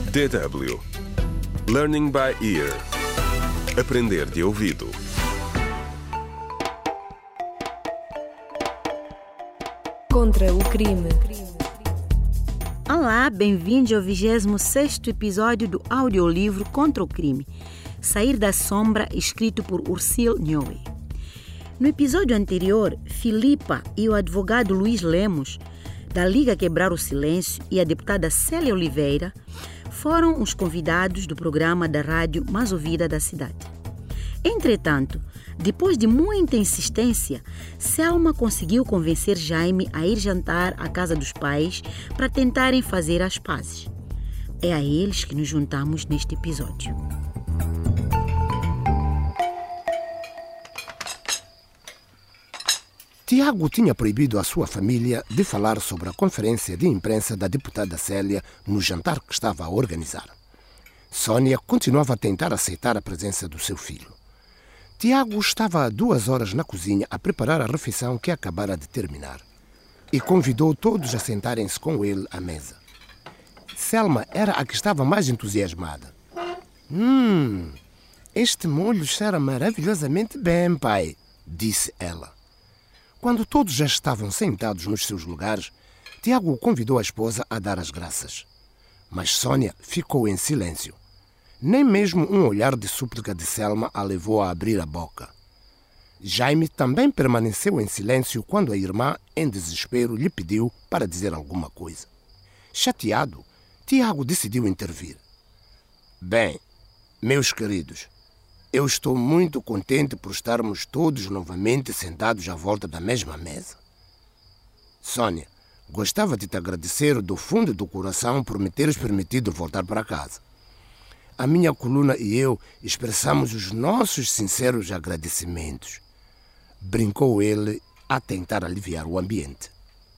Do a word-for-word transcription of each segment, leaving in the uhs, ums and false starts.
D W Learning by Ear. Aprender de ouvido. Contra o crime. Olá, bem-vindos ao vigésimo sexto episódio do audiolivro Contra o Crime, Sair da Sombra, escrito por Ursile Nhoe. No episódio anterior, Filipa e o advogado Luís Lemos, da Liga Quebrar o Silêncio, e a deputada Célia Oliveira foram os convidados do programa da rádio mais ouvida da cidade. Entretanto, depois de muita insistência, Selma conseguiu convencer Jaime a ir jantar à casa dos pais para tentarem fazer as pazes. É a eles que nos juntamos neste episódio. Tiago tinha proibido à sua família de falar sobre a conferência de imprensa da deputada Célia no jantar que estava a organizar. Sônia continuava a tentar aceitar a presença do seu filho. Tiago estava há duas horas na cozinha a preparar a refeição que acabara de terminar e convidou todos a sentarem-se com ele à mesa. Selma era a que estava mais entusiasmada. Hum, este molho cheira maravilhosamente bem, pai, disse ela. Quando todos já estavam sentados nos seus lugares, Tiago convidou a esposa a dar as graças. Mas Sônia ficou em silêncio. Nem mesmo um olhar de súplica de Selma a levou a abrir a boca. Jaime também permaneceu em silêncio quando a irmã, em desespero, lhe pediu para dizer alguma coisa. Chateado, Tiago decidiu intervir. Bem, meus queridos, eu estou muito contente por estarmos todos novamente sentados à volta da mesma mesa. Sônia, gostava de te agradecer do fundo do coração por me teres permitido voltar para casa. A minha coluna e eu expressamos os nossos sinceros agradecimentos. Brincou ele a tentar aliviar o ambiente.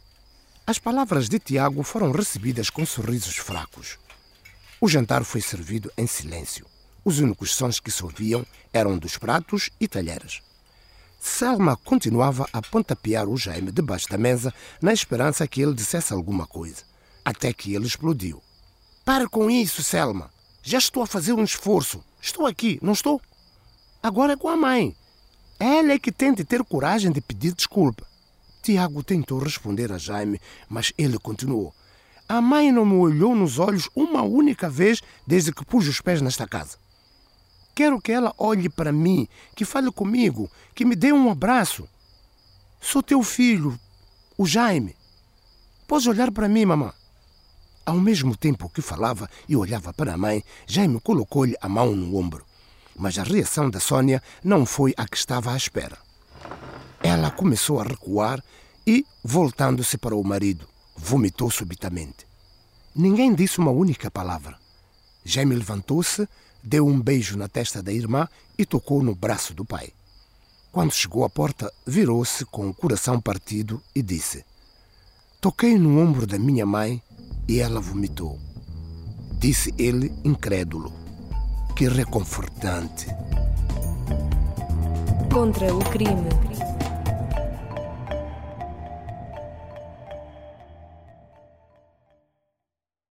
As palavras de Tiago foram recebidas com sorrisos fracos. O jantar foi servido em silêncio. Os únicos sons que se ouviam eram dos pratos e talheres. Selma continuava a pontapear o Jaime debaixo da mesa na esperança que ele dissesse alguma coisa, até que ele explodiu. Para com isso, Selma! Já estou a fazer um esforço. Estou aqui, não estou? Agora é com a mãe. Ela é que tem de ter coragem de pedir desculpa. Tiago tentou responder a Jaime, mas ele continuou. A mãe não me olhou nos olhos uma única vez desde que pus os pés nesta casa. Quero que ela olhe para mim, que fale comigo, que me dê um abraço. Sou teu filho, o Jaime. Podes olhar para mim, mamãe? Ao mesmo tempo que falava e olhava para a mãe, Jaime colocou-lhe a mão no ombro. Mas a reação da Sônia não foi a que estava à espera. Ela começou a recuar e, voltando-se para o marido, vomitou subitamente. Ninguém disse uma única palavra. Jaime levantou-se, deu um beijo na testa da irmã e tocou no braço do pai. Quando chegou à porta, virou-se com o coração partido e disse: Toquei no ombro da minha mãe e ela vomitou. Disse ele, incrédulo. Que reconfortante. Contra o crime.